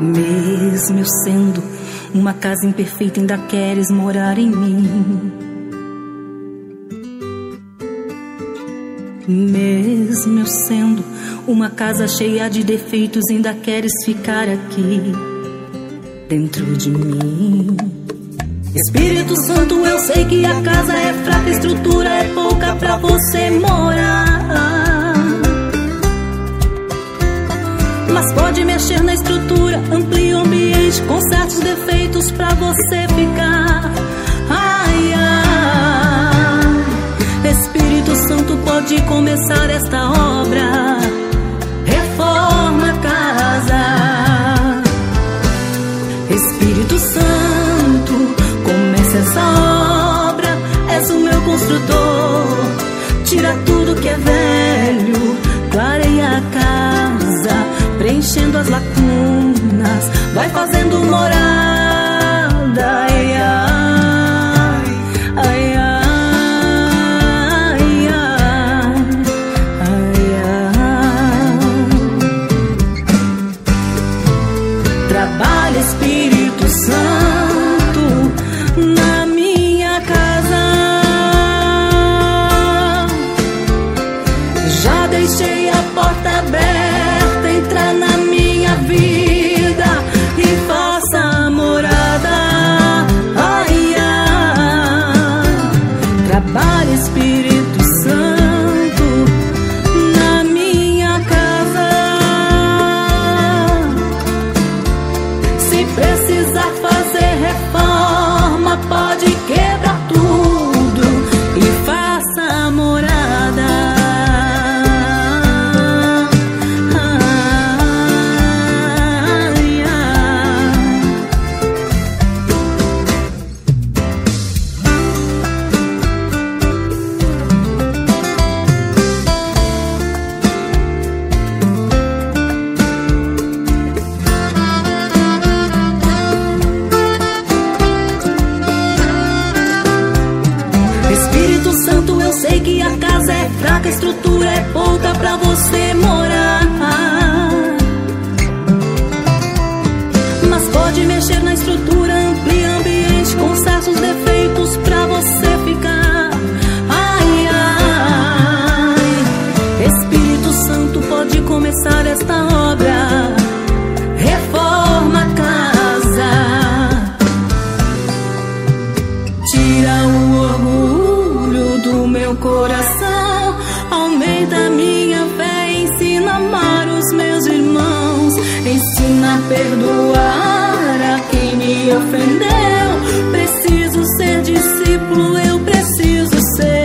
Mesmo eu sendo uma casa imperfeita, ainda queres morar em mim. Mesmo eu sendo uma casa cheia de defeitos, ainda queres ficar aqui dentro de mim. Espírito Santo, eu sei que a casa é fraca, a estrutura é pouca pra você morar, mas pode mexer na estrutura, amplia o ambiente, conserta os defeitos pra você ficar. Ai, ai, Espírito Santo pode começar esta obra, reforma a casa. Espírito Santo, comece essa obra, és o meu construtor. Tira tudo que é velho, clareia a casa, preenchendo as lacunas, vai fazendo morada. Ai, ai, ai, ai, ai, ai. Trabalha, Espírito Santo, na minha casa. Já deixei a porta aberta, entra na minha vida e faça morada. Ai, ai. Trabalha, Espírito Santo, na minha casa. Se precisar fazer reforma, pode quebrar tudo e faça morada. Ai, ai. Espírito Santo, eu sei que a casa é fraca, a estrutura é pouca pra você morar, mas pode mexer na estrutura, amplia o ambiente, conserta os defeitos pra você ficar. Ai, ai, Espírito Santo pode começar esta obra, reforma a casa. Tira o orgulho do meu coração, aumenta minha fé, ensina a amar os meus irmãos, ensina a perdoar a quem me ofendeu. Preciso ser discípulo, eu preciso ser.